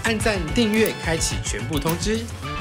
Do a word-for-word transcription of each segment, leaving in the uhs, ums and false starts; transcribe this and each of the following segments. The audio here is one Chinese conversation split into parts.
按赞、订阅、开启全部通知。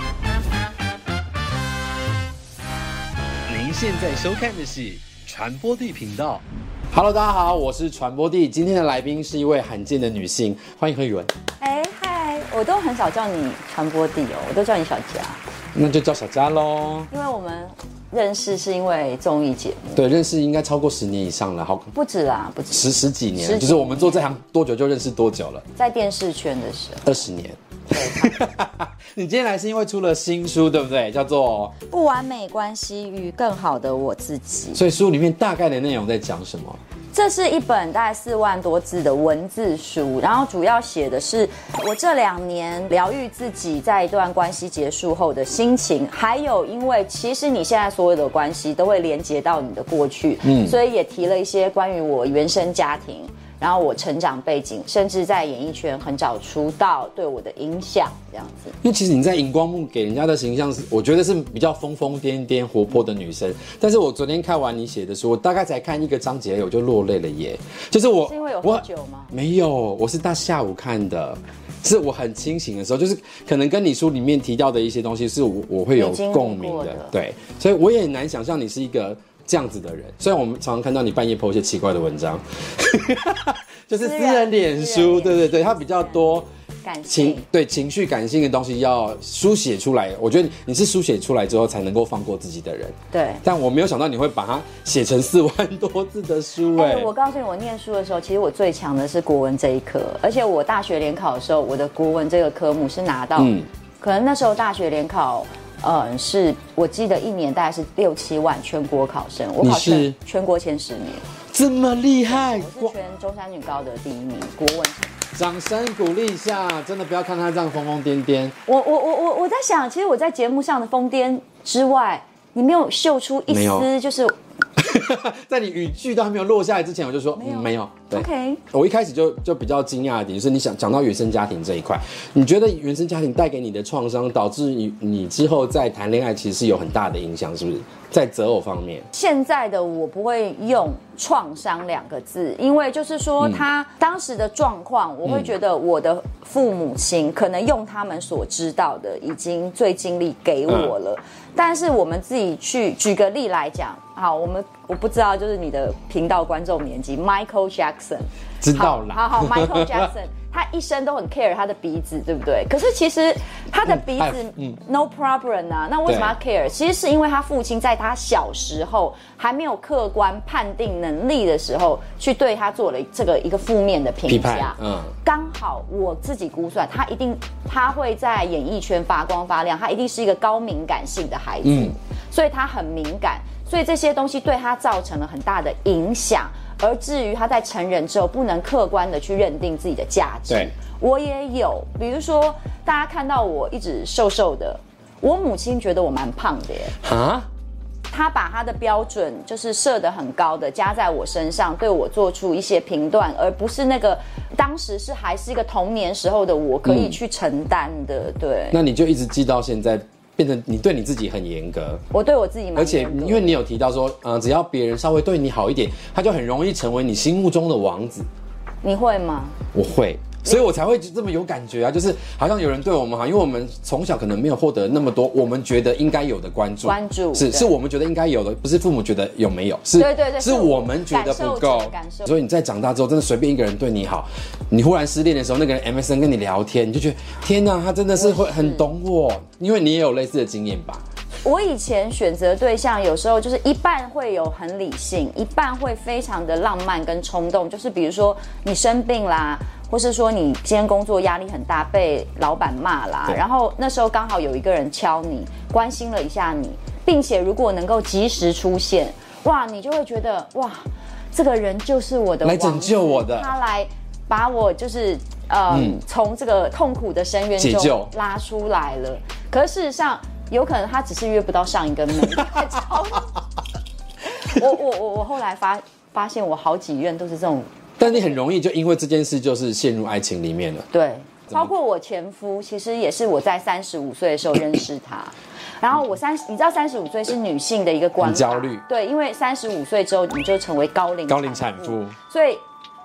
您现在收看的是传播地频道。Hello， 大家好，我是传播地。今天的来宾是一位罕见的女性，欢迎何宇文。 哎嗨，我都很少叫你传播地哦，我都叫你小佳。 那就叫小佳喽。 因为我们认识是因为综艺节目。 对，认识应该超过十年以上了，好不止啦，不止十十几年， 十几年就是我们做这行多久就认识多久了？ 在电视圈的时候， 二十年。你今天来是因为出了新书，对不对？叫做 《不完美关系与更好的我自己》。 所以书里面大概的内容在讲什么？ 这是一本大概四万多字的文字书，然后主要写的是我这两年疗愈自己在一段关系结束后的心情，还有因为其实你现在所有的关系都会连接到你的过去，嗯，所以也提了一些关于我原生家庭，然后我成长背景，甚至在演艺圈很早出道对我的影响，这样子。 因为其实你在荧光幕给人家的形象是，我觉得是比较疯疯癫癫、活泼的女生。但是我昨天看完你写的书，我大概才看一个章节，我就落泪了耶。就是我是因为有喝酒吗？ 没有，我是到下午看的。是我很清醒的时候，就是可能跟你书里面提到的一些东西，是我我会有共鸣的。对，所以我也很难想象你是一个这样子的人。虽然我们常常看到你半夜 po 一些奇怪的文章，就是私人脸书，对对对，它比较多感情， 对情绪感性的东西要书写出来。我觉得你是书写出来之后才能够放过自己的人。 对， 但我没有想到你会把它写成四万多字的书。哎、 欸，我告诉你，我念书的时候，其实我最强的是国文这一科，而且我大学联考的时候，我的国文这个科目是拿到，嗯，可能那时候大学联考。嗯，是我记得一年大概是六七万全国考生，我考全全国前十名， 这么厉害！ 我是全中山女高的第一名，国文。 掌声鼓励一下，真的不要看他这样疯疯癫癫。 我我我我我在想，其实我在节目上的疯癫之外，你没有秀出一丝就是。 在你语句都还没有落下来之前，我就说没有。嗯、没有对 OK， 我一开始就就比较惊讶的点就是，你想讲到原生家庭这一块，你觉得原生家庭带给你的创伤，导致你你之后在谈恋爱其实是有很大的影响，是不是？在择偶方面， 现在的我不会用创伤两个字，因为就是说他当时的状况，我会觉得我的父母亲可能用他们所知道的，已经最尽力给我了。嗯、但是我们自己去举个例来讲，好，我们我不知道就是你的频道观众年纪 ，Michael Jackson， 知道啦， 好好好 ，Michael Jackson。他一生都很 care 他的鼻子，对不对？可是其实他的鼻子、嗯、no problem 啊，那为什么要 care？ 其实是因为他父亲在他小时候还没有客观判定能力的时候，去对他做了这个一个负面的评价。嗯，刚好我自己估算，他一定他会在演艺圈发光发亮，他一定是一个高敏感性的孩子，嗯、所以他很敏感，所以这些东西对他造成了很大的影响。而至于他在成人之后不能客观的去认定自己的价值，对，我也有，比如说大家看到我一直瘦瘦的，我母亲觉得我蛮胖的耶，啊，她把她的标准就是设得很高的加在我身上，对我做出一些评断，而不是那个当时是还是一个童年时候的我可以去承担的，嗯、对。 那你就一直记到现在。变成你对你自己很严格， 我对我自己蛮严格， 而且因为你有提到说，呃，只要别人稍微对你好一点，他就很容易成为你心目中的王子。 你会吗？ 我会，所以我才会这么有感觉啊，就是好像有人对我们好，因为我们从小可能没有获得那么多我们觉得应该有的关注， 关注是是我们觉得应该有的，不是父母觉得有没有，是对对对， 是我们觉得不够。所以你在长大之后，真的随便一个人对你好，你忽然失恋的时候，那个人 M S N 跟你聊天，你就觉得天哪，他真的是会很懂我，因为你也有类似的经验吧。 我以前选择对象有时候就是一半会有很理性，一半会非常的浪漫跟冲动，就是比如说你生病啦，或是说你今天工作压力很大被老板骂啦，然后那时候刚好有一个人敲你，关心了一下你，并且如果能够及时出现，哇，你就会觉得哇，这个人就是我的王子， 来拯救我的， 他来把我就是呃、嗯、从这个痛苦的深渊中拉出来了。可是事实上有可能他只是约不到上一个妹。我我我我后来发发现我好几任都是这种， 但你很容易就因为这件事就是陷入爱情里面了。 对，包括我前夫，其实也是我在三十五岁的时候认识他。然后我三，你知道三十五岁是女性的一个关卡， 很焦虑。 对，因为三十五岁之后你就成为高龄高龄产妇， 所以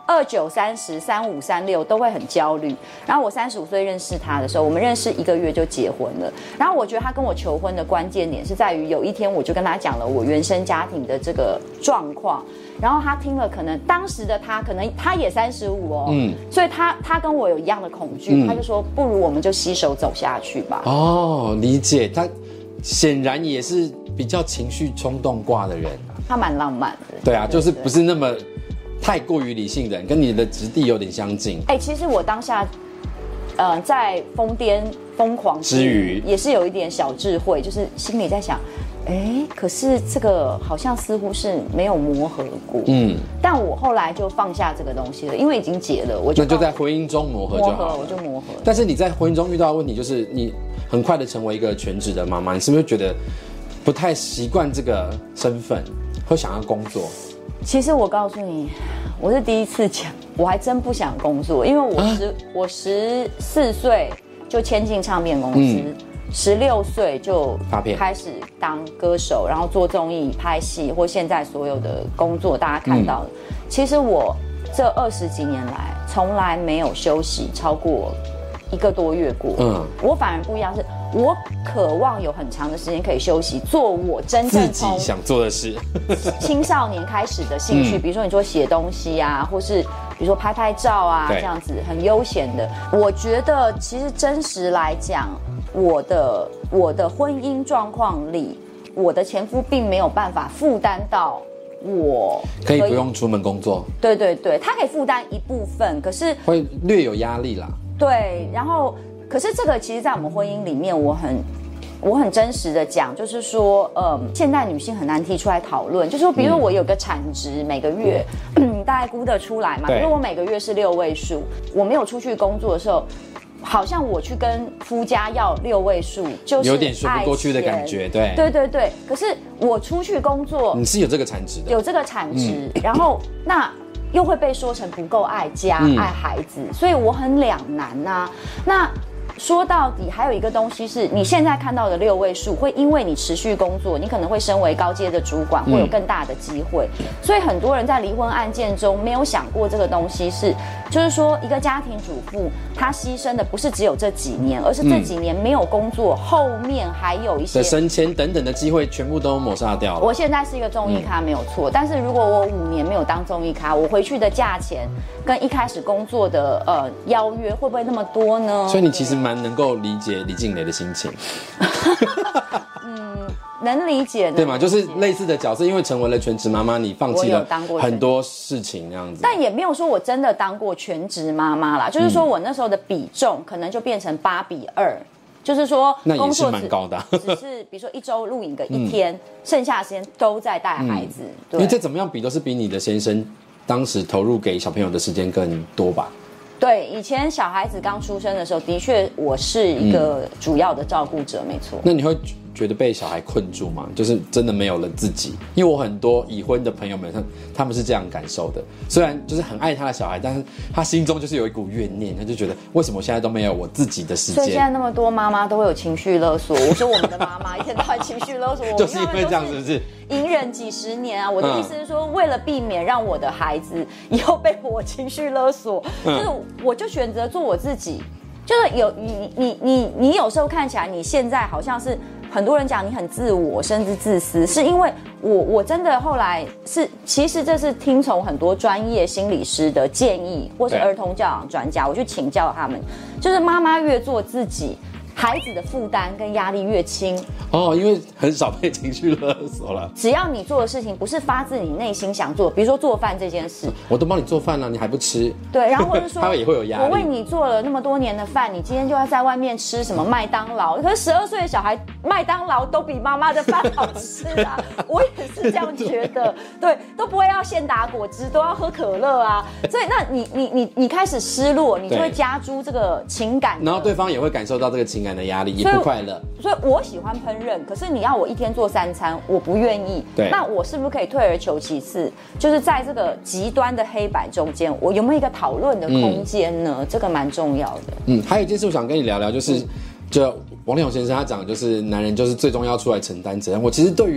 二九、三十、三五、三六都会很焦虑。然后我三十五岁认识他的时候，我们认识一个月就结婚了。然后我觉得他跟我求婚的关键点是在于，有一天我就跟他讲了我原生家庭的这个状况，然后他听了，可能当时的他可能他也三十五哦，嗯，所以他他跟我有一样的恐惧，嗯、他就说不如我们就携手走下去吧。 哦，理解，他显然也是比较情绪冲动挂的人， 他蛮浪漫的。 对啊，就是不是那么太过于理性的人，跟你的质地有点相近。 哎、欸，其实我当下，呃，在疯癫疯狂之余，也是有一点小智慧，就是心里在想，哎、欸，可是这个好像似乎是没有磨合过。嗯，但我后来就放下这个东西了，因为已经结了，我就那就在婚姻中磨合就好了。 磨合，我就磨合。 但是你在婚姻中遇到的问题，就是你很快的成为一个全职的妈妈，你是不是觉得不太习惯这个身份，会想要工作？ 其实我告诉你，我是第一次讲，我还真不想工作，因为我十、啊、我十四岁就签进唱片公司，十六岁就开始当歌手，然后做综艺、拍戏，或现在所有的工作大家看到的。嗯、其实我这二十几年来，从来没有休息超过一个多月过。嗯，我反而不一样是。我渴望有很长的时间可以休息，做我真正自己想做的事。 青少年开始的兴趣，嗯、比如说你说写东西啊，或是比如说拍拍照啊，这样子很悠闲的。我觉得其实真实来讲，我的我的婚姻状况里，我的前夫并没有办法负担到我可以不用出门工作。 对对对，他可以负担一部分，可是会略有压力啦。 对，然后。可是这个其实，在我们婚姻里面，我很我很真实的讲，就是说，呃，现代女性很难提出来讨论，就是说，比如说我有个产值，每个月，嗯，大概估得出来嘛。比如我每个月是六位数，我没有出去工作的时候，好像我去跟夫家要六位数，就是有点说不过去的感觉，对， 对对对。可是我出去工作， 你是有这个产值的， 有这个产值，嗯、然后那。又会被说成不够爱家、嗯、爱孩子，所以我很两难呐、啊。那说到底，还有一个东西是你现在看到的六位数，会因为你持续工作，你可能会升为高阶的主管，会有更大的机会。嗯、所以很多人在离婚案件中没有想过这个东西是，就是说一个家庭主妇，她牺牲的不是只有这几年，而是这几年没有工作，嗯、后面还有一些的升迁等等的机会全部都抹杀掉了。 我现在是一个综艺咖没有错，嗯、但是如果我五年没有当综艺咖，我回去的价钱跟一开始工作的呃邀约会不会那么多呢？ 所以你其实蛮能够理解李静蕾的心情。 嗯，能理解， 对嘛？就是类似的角色，因为成为了全职妈妈，你放弃了很多事情，那样子。 但也没有说我真的当过全职妈妈啦，就是说我那时候的比重可能就变成八比二。就是说， 那也是蛮高的、啊。 只是比如说一周录影个一天，嗯、剩下的时间都在带孩子。嗯、对， 因为这怎么样比都是比你的先生当时投入给小朋友的时间更多吧？ 对，以前小孩子刚出生的时候，的确我是一个主要的照顾者，没错。 那你会觉得被小孩困住吗？就是真的没有了自己？因为我很多已婚的朋友们，他他们是这样感受的。虽然就是很爱他的小孩，但是他心中就是有一股怨念，他就觉得为什么我现在都没有我自己的时间？ 所以现在那么多妈妈都会有情绪勒索。我说我们的妈妈一天到晚情绪勒索我， 就是因为这样，是不是？ 隐忍几十年啊！我的意思是说，为了避免让我的孩子以后被我情绪勒索，嗯、就是我就选择做我自己。就是有你你你你有时候看起来你现在好像是很多人讲你很自我甚至自私，是因为我我真的后来是其实这是听从很多专业心理师的建议，或是儿童教养专家，我去请教他们，就是妈妈越做自己，孩子的负担跟压力越轻哦，因为很少被情绪勒索了。 只要你做的事情不是发自你内心想做，比如说做饭这件事， 我都帮你做饭了，你还不吃？ 对，然后或者说他也会有压力。 我为你做了那么多年的饭，你今天就要在外面吃什么麦当劳？可是十二岁的小孩，麦当劳都比妈妈的饭好吃啊！我也是这样觉得，对，都不会要现打果汁，都要喝可乐啊。所以，那你你你你开始失落，你就会加诸这个情感， 然后对方也会感受到这个情感的压力，也不快乐。 所以我喜欢烹饪，可是你要我一天做三餐，我不愿意。 对， 那我是不是可以退而求其次，就是在这个极端的黑白中间，我有没有一个讨论的空间呢？嗯、这个蛮重要的。 嗯，还有一件事我想跟你聊聊，就是，嗯、就王力宏先生他讲，就是男人就是最终要出来承担责任。我其实对于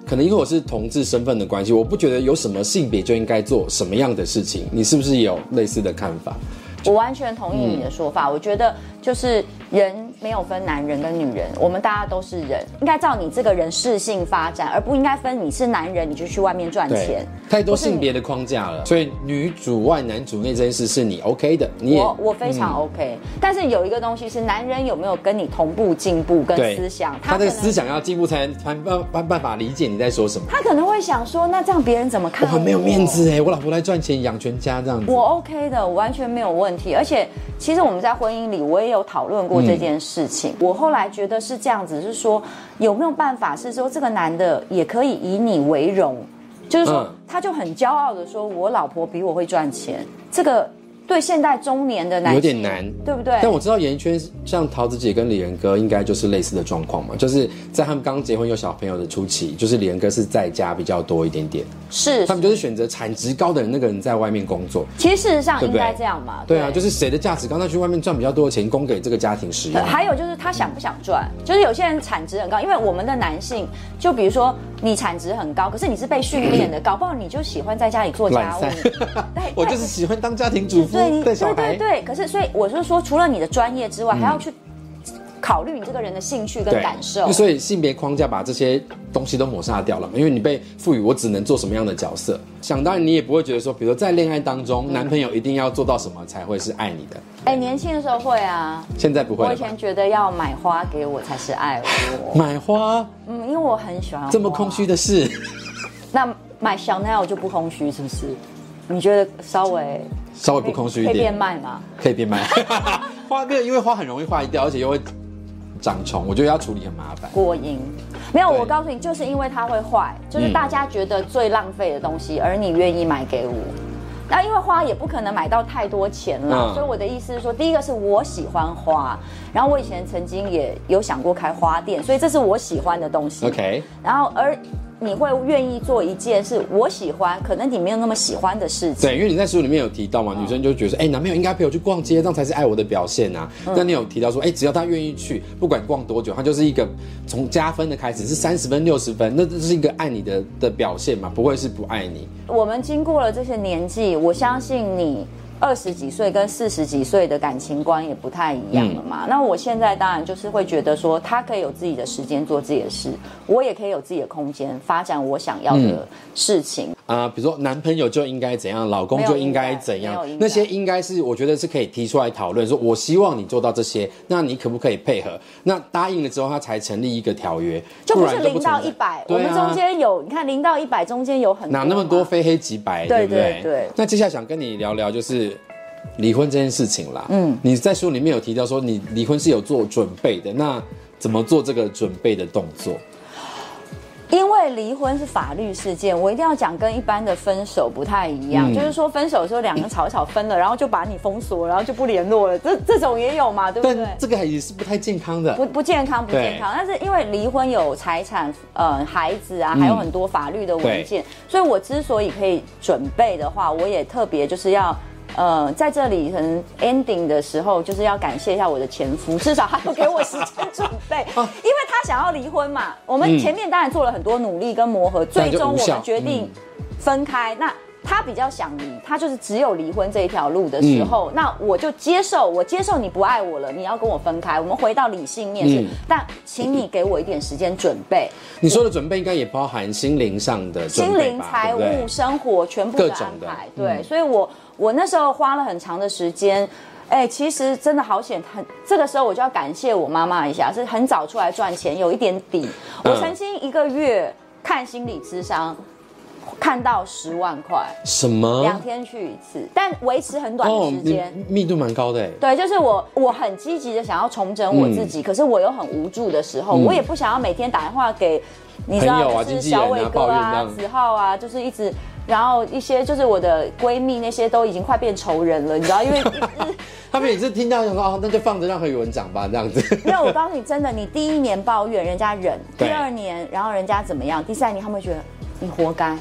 可能因为我是同志身份的关系，我不觉得有什么性别就应该做什么样的事情。你是不是也有类似的看法？ 我完全同意你的说法，嗯、我觉得就是人没有分男人跟女人，我们大家都是人，应该照你这个人适性发展，而不应该分你是男人你就去外面赚钱。 太多性别的框架了，所以女主外男主内这件事是你 OK 的，你也我我非常 OK、嗯。但是有一个东西是男人有没有跟你同步进步跟思想， 他的思想要进步才才办办法理解你在说什么。 他可能会想说，那这样别人怎么看我？ 我很没有面子哎，我老婆来赚钱养全家这样子。 我 OK 的，我完全没有问题，而且。其实我们在婚姻里，我也有讨论过这件事情。嗯、我后来觉得是这样子，是说有没有办法是说这个男的也可以以你为荣，就是说、嗯、他就很骄傲的说，我老婆比我会赚钱，这个。对现代中年的男性有点难， 对不对？ 但我知道演艺圈像桃子姐跟李仁哥应该就是类似的状况嘛，就是在他们刚结婚有小朋友的初期，就是李仁哥是在家比较多一点点， 是他们就是选择产值高的人，那个人在外面工作。 其实事实上应该这样嘛， 对, 对, 对啊，就是谁的价值高，那去外面赚比较多的钱，供给这个家庭使用。 还有就是他想不想赚，就是有些人产值很高，因为我们的男性，就比如说你产值很高，可是你是被训练的，搞不好你就喜欢在家里做家务， 我就是喜欢当家庭主妇。对， 对对对，可是所以我是说，除了你的专业之外，嗯、还要去考虑你这个人的兴趣跟感受。 所以性别框架把这些东西都抹杀掉了嘛，因为你被赋予我只能做什么样的角色。想当然，你也不会觉得说，比如说在恋爱当中，嗯、男朋友一定要做到什么才会是爱你的。 哎，年轻的时候会啊， 现在不会。 我以前觉得要买花给我才是爱我。 买花？ 嗯，因为我很喜欢花。 这么空虚的事。那买香奈儿就不空虚，是不是？你觉得稍微稍微不空虚一点， 可以变卖吗？ 可以变卖。花没有，因为花很容易坏掉，而且又会长虫，我觉得要处理很麻烦。 过阴没有，我告诉你，就是因为它会坏，就是大家觉得最浪费的东西，嗯、而你愿意买给我。那因为花也不可能买到太多钱了，嗯、所以我的意思是说，第一个是我喜欢花，然后我以前曾经也有想过开花店，所以这是我喜欢的东西。 OK， 然后而。你会愿意做一件是我喜欢，可能你没有那么喜欢的事情。 对，因为你在书里面有提到嘛，嗯、女生就觉得说，哎、欸，男朋友应该陪我去逛街，这样才是爱我的表现啊。嗯、但你有提到说，哎、欸，只要他愿意去，不管逛多久，他就是一个从加分的开始，是三十分、六十分，那这是一个爱你的的表现嘛，不会是不爱你。 我们经过了这些年纪，我相信你。二十几岁跟四十几岁的感情观也不太一样了嘛。嗯、那我现在当然就是会觉得说，他可以有自己的时间做自己的事，我也可以有自己的空间发展我想要的事情。 啊、嗯呃，比如说男朋友就应该怎样，老公就应该怎样，那些应该是我觉得是可以提出来讨论，说我希望你做到这些，那你可不可以配合？那答应了之后，他才成立一个条约， 就不是零到一百。啊、我们中间有，你看零到一百中间有很多哪那么多非黑即白， 对对不对？ 对对。 那接下来想跟你聊聊就是。离婚这件事情啦，嗯，你在书里面有提到说你离婚是有做准备的，那怎么做这个准备的动作？ 因为离婚是法律事件，我一定要讲跟一般的分手不太一样，嗯、就是说分手的时候两个人吵一吵分了，然后就把你封锁，然后就不联络了，这这种也有嘛，对不对？ 但这个也是不太健康的， 不不健康不健康。但是因为离婚有财产、呃孩子啊，还有很多法律的文件，嗯、所以我之所以可以准备的话，我也特别就是要。呃，在这里可能 ending 的时候，就是要感谢一下我的前夫，至少他有给我时间准备，因为他想要离婚嘛。我们前面当然做了很多努力跟磨合，嗯、最终我们决定分开。嗯、那他比较想离，他就是只有离婚这一条路的时候，嗯、那我就接受，我接受你不爱我了，你要跟我分开，我们回到理性面是，嗯、但请你给我一点时间准备。 你说的准备应该也包含心灵上的准备吧， 心灵、财务、生活全部的安排。对，嗯、所以我。我那时候花了很长的时间，哎，其实真的好险，很这个时候我就要感谢我妈妈一下，是很早出来赚钱，有一点底。我曾经一个月看心理咨商，看到十万块， 什么？ 两天去一次，但维持很短的时间， 哦、密度蛮高的哎。 对，就是我我很积极的想要重整我自己，嗯、可是我又很无助的时候，嗯、我也不想要每天打电话给你知道，就是小伟哥啊、子浩啊，就是一直。然后一些就是我的闺蜜那些都已经快变仇人了，你知道，因为他们也是听到想说哦，那就放着让何宇文长吧，这样子。 没有，我告诉你，真的，你第一年抱怨人家忍，第二年然后人家怎么样，第三年他们会觉得你活该，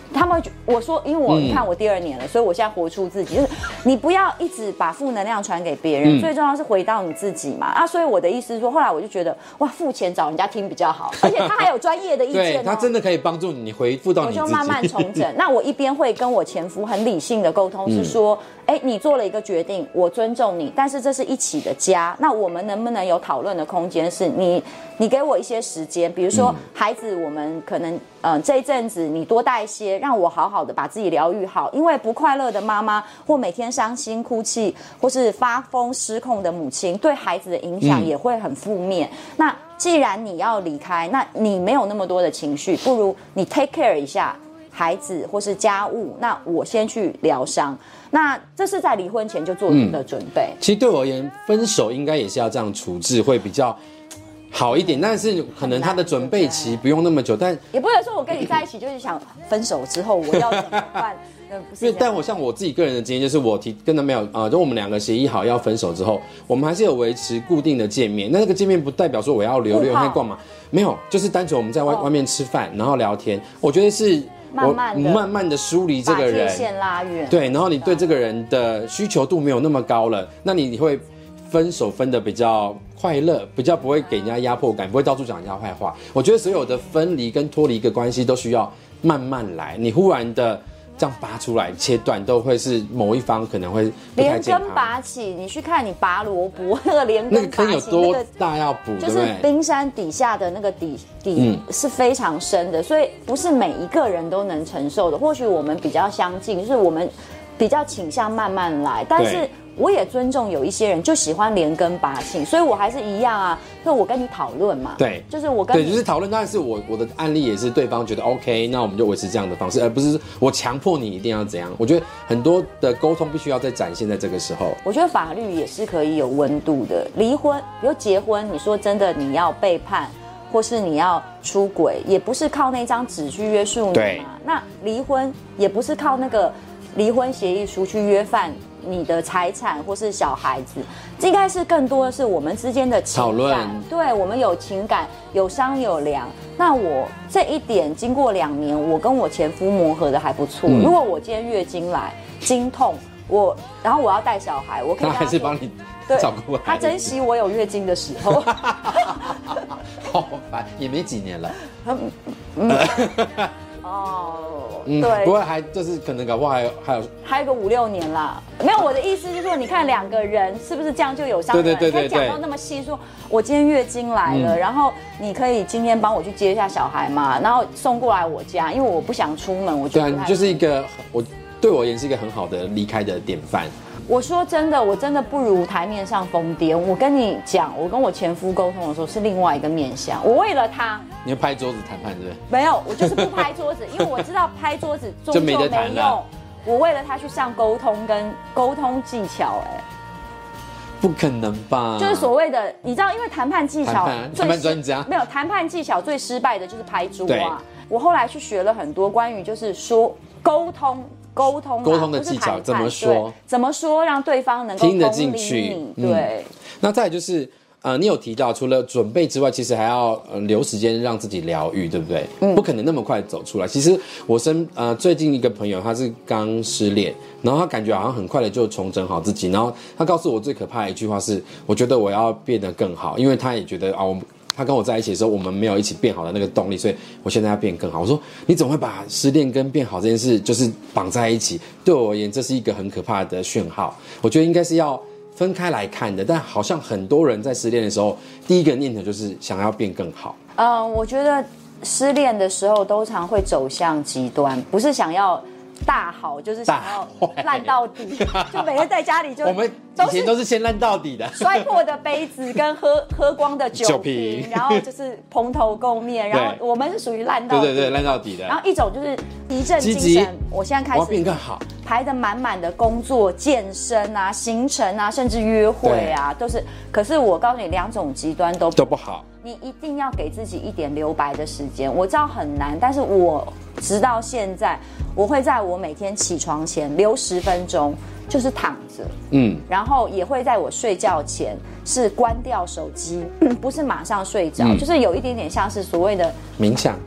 他们我说，因为我、嗯、你看我第二年了，所以我现在活出自己，就是你不要一直把负能量传给别人，嗯、最重要是回到你自己嘛。啊，所以我的意思是说，后来我就觉得哇，付钱找人家听比较好，而且他还有专业的意见、哦， 对，他真的可以帮助你回复到你自己。 我就慢慢重整。那我一边会跟我前夫很理性的沟通，是说，哎、嗯，你做了一个决定，我尊重你，但是这是一起的家，那我们能不能有讨论的空间？是你，你给我一些时间，比如说、嗯、孩子，我们可能。嗯，这一阵子你多带一些，让我好好的把自己疗愈好。因为不快乐的妈妈，或每天伤心哭泣，或是发疯失控的母亲，对孩子的影响也会很负面。嗯、那既然你要离开，那你没有那么多的情绪，不如你 take care 一下孩子或是家务。那我先去疗伤。那这是在离婚前就做的准备。 嗯、其实对我而言，分手应该也是要这样处置，会比较。好一点，但是可能他的准备期不用那么久，但也不能说我跟你在一起就是想分手之后我要怎么办？ 因为但我像我自己个人的经验，就是我提跟他没有啊、呃，就我们两个协议好要分手之后，我们还是有维持固定的见面。那那个见面不代表说我要留留会干嘛，没有，就是单纯我们在外、哦、外面吃饭，然后聊天。我觉得是我慢慢的慢慢的梳理这个人， 把界限拉远。 对，然后你对这个人的需求度没有那么高了，那你你会。分手分的比较快乐，比较不会给人家压迫感，不会到处讲人家坏话。我觉得所有的分离跟脱离一个关系都需要慢慢来，你忽然的这样拔出来切断，都会是某一方可能会不太健康。 连根拔起，你去看你拔萝卜那个连根拔起，那个坑有多大要补， 就是冰山底下的那个底底是非常深的，所以不是每一个人都能承受的。或许我们比较相近，就是我们比较倾向慢慢来，但是。我也尊重有一些人就喜欢连根拔起，所以我还是一样啊。就我跟你讨论嘛， 对， 就是我跟你对，就是讨论。当然是我我的案例也是对方觉得 OK， 那我们就维持这样的方式，而不是我强迫你一定要怎样。我觉得很多的沟通必须要再展现在这个时候。 我觉得法律也是可以有温度的。离婚，比如结婚，你说真的你要背叛，或是你要出轨，也不是靠那张纸去约束你嘛。那离婚也不是靠那个离婚协议书去约范。你的财产或是小孩子，应该是更多的是我们之间的情感。讨论，对，我们有情感，有商有量。那我这一点经过两年，我跟我前夫磨合的还不错。嗯、如果我今天月经来，经痛，我然后我要带小孩，我可以跟他他还是帮你照顾孩子。 他珍惜我有月经的时候。 好烦，也没几年了。 嗯嗯哦， 嗯，对，不过还就是可能搞不好还有还有还有个五六年啦。没有，我的意思是说，你看两个人是不是这样就有伤害？对对对对对。可以讲到那么细，说我今天月经来了，嗯、然后你可以今天帮我去接一下小孩嘛，然后送过来我家，因为我不想出门，我就对啊， 你就是一个我对我而言是一个很好的离开的典范。 我说真的，我真的不如台面上疯癫。我跟你讲，我跟我前夫沟通的时候是另外一个面向。我为了他， 你要拍桌子谈判对不对？ 没有，我就是不拍桌子，因为我知道拍桌子终究没用。我为了他去上沟通跟沟通技巧、欸，哎， 不可能吧？ 就是所谓的，你知道，因为谈判技巧， 谈判专家没有谈判技巧最失败的就是拍桌啊。我后来去学了很多关于就是说沟通。沟通沟通的技巧怎么说？ 怎么说让对方能够听得进去？ 对、嗯。 那再来就是，呃，你有提到除了准备之外，其实还要呃留时间让自己疗愈，对不对？嗯。不可能那么快走出来。其实我身呃最近一个朋友他是刚失恋，然后他感觉好像很快的就重整好自己，然后他告诉我最可怕的一句话是：我觉得我要变得更好，因为他也觉得啊我。他跟我在一起的时候，我们没有一起变好的那个动力，所以我现在要变更好。我说你怎么会把失恋跟变好这件事就是绑在一起？对我而言，这是一个很可怕的讯号。我觉得应该是要分开来看的。但好像很多人在失恋的时候，第一个念头就是想要变更好。 嗯，我觉得失恋的时候都常会走向极端，不是想要。大好就是想要烂到底，就每天在家里就我们以前都是先烂到底的， 摔破的杯子跟喝喝光的酒瓶，酒然后就是蓬头垢面，然后我们是属于烂到底， 对对对，烂到底的。 然后一种就是提振精神，我现在开始我要变更好， 排得满满的工作、健身啊、行程啊，甚至约会啊，都是。可是我告诉你，两种极端都都不好。 你一定要给自己一点留白的时间。我知道很难，但是我直到现在，我会在我每天起床前留十分钟，就是躺着，嗯，然后也会在我睡觉前是关掉手机，不是马上睡着，嗯、就是有一点点像是所谓的冥想。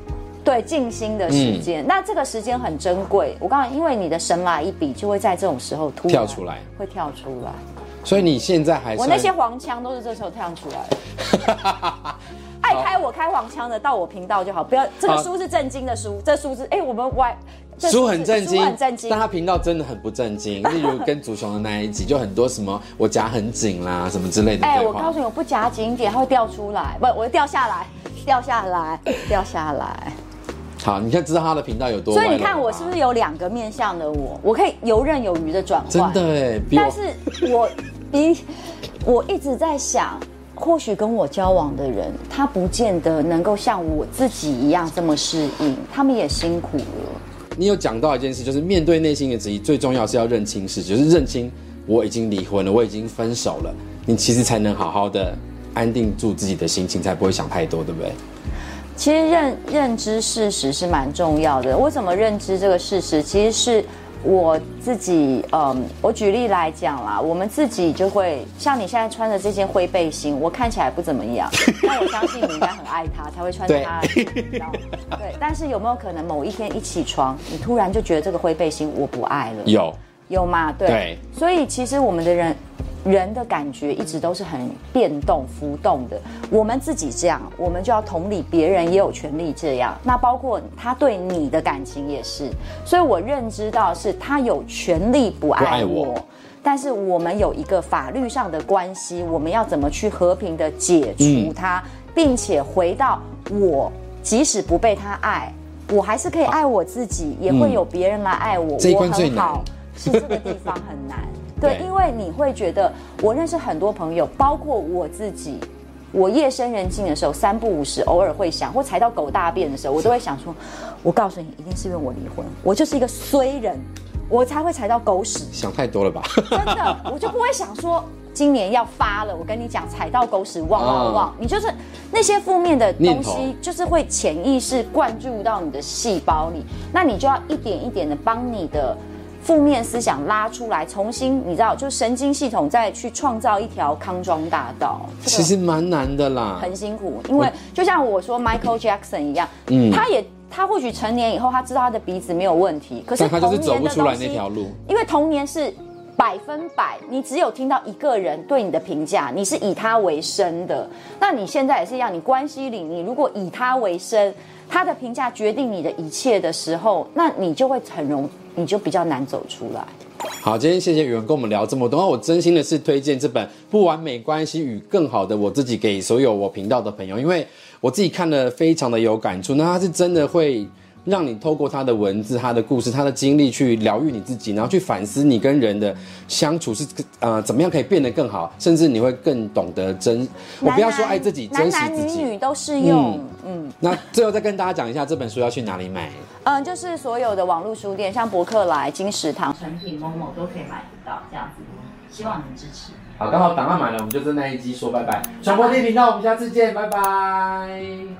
对，静心的时间。嗯、那这个时间很珍贵。我刚刚因为你的神来一笔，就会在这种时候突然跳出来， 会跳出来。 所以你现在还我那些黄腔都是这时候跳出来的。爱开我开黄腔的到我频道就好，不要这个书是正经的书，这书是哎、欸、我们歪。 书很正经， 很正经， 但他频道真的很不正经。例如跟祖雄的那一集，就很多什么我夹很紧啦，什么之类的。哎、 欸，我告诉你，我不夹紧一点，它会掉出来，不，我会掉下来，掉下来，掉下来。 好，你看知道他的频道有多。 所以你看我是不是有两个面向的我，我可以游刃有余的转换。 真的哎， 但是我比我一直在想。或许跟我交往的人，他不见得能够像我自己一样这么适应，他们也辛苦了。 你有讲到一件事，就是面对内心的质疑，最重要是要认清事实，就是认清我已经离婚了，我已经分手了，你其实才能好好的安定住自己的心情，才不会想太多，对不对？ 其实认认知事实是蛮重要的。我怎么认知这个事实？其实是。我自己，嗯，我举例来讲啦，我们自己就会像你现在穿的这件灰背心，我看起来不怎么样，但我相信你应该很爱它，才会穿着它。对，但是有没有可能某一天一起床，你突然就觉得这个灰背心我不爱了？ 有， 有吗？对。 对。 所以其实我们的人。人的感觉一直都是很变动、浮动的。我们自己这样，我们就要同理别人，也有权利这样。那包括他对你的感情也是。所以我认知到是他有权利不爱我，不爱我但是我们有一个法律上的关系，我们要怎么去和平的解除它，嗯、并且回到我即使不被他爱，我还是可以爱我自己，也会有别人来爱我。 嗯、这一关最难， 我很好，是这个地方很难。对，因为你会觉得，我认识很多朋友，包括我自己，我夜深人静的时候，三不五时偶尔会想，或踩到狗大便的时候，我都会想说，我告诉你，一定是因为我离婚，我就是一个衰人，我才会踩到狗屎。 想太多了吧？ 真的，我就不会想说，今年要发了，我跟你讲，踩到狗屎旺旺旺，你就是那些负面的东西，就是会潜意识灌注到你的细胞里，那你就要一点一点的帮你的。负面思想拉出来，重新你知道，就神经系统再去创造一条康庄大道， 这个、其实蛮难的啦， 很辛苦。因为就像我说 Michael Jackson 一样，嗯，他也他或许成年以后他知道他的鼻子没有问题，可是他就是走不出来那条路， 因为童年是百分百，你只有听到一个人对你的评价，你是以他为生的。那你现在也是一样，你关系里你如果以他为生，他的评价决定你的一切的时候，那你就会很容易。你就比较难走出来。 好，今天谢谢宇文跟我们聊这么多。我真心的是推荐这本《不完美关系与更好的我自己》给所有我频道的朋友，因为我自己看了非常的有感触。那它是真的会让你透过他的文字、他的故事、他的经历去疗愈你自己，然后去反思你跟人的相处是呃怎么样可以变得更好，甚至你会更懂得珍。我不要说爱自己，珍惜自己， 男男女女都适用。嗯， 嗯那最后再跟大家讲一下这本书要去哪里买。 嗯，就是所有的网络书店，像博客来、金石堂、成品、某某都可以买得到，这样子。希望你支持。 好，刚好档案买了，我们就在那一集说拜拜。传播地频道，我们下次见，拜拜。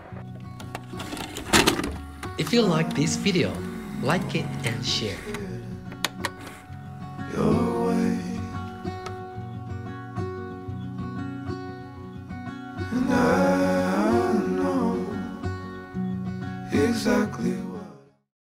If you like this video, like it and share. Your way. And I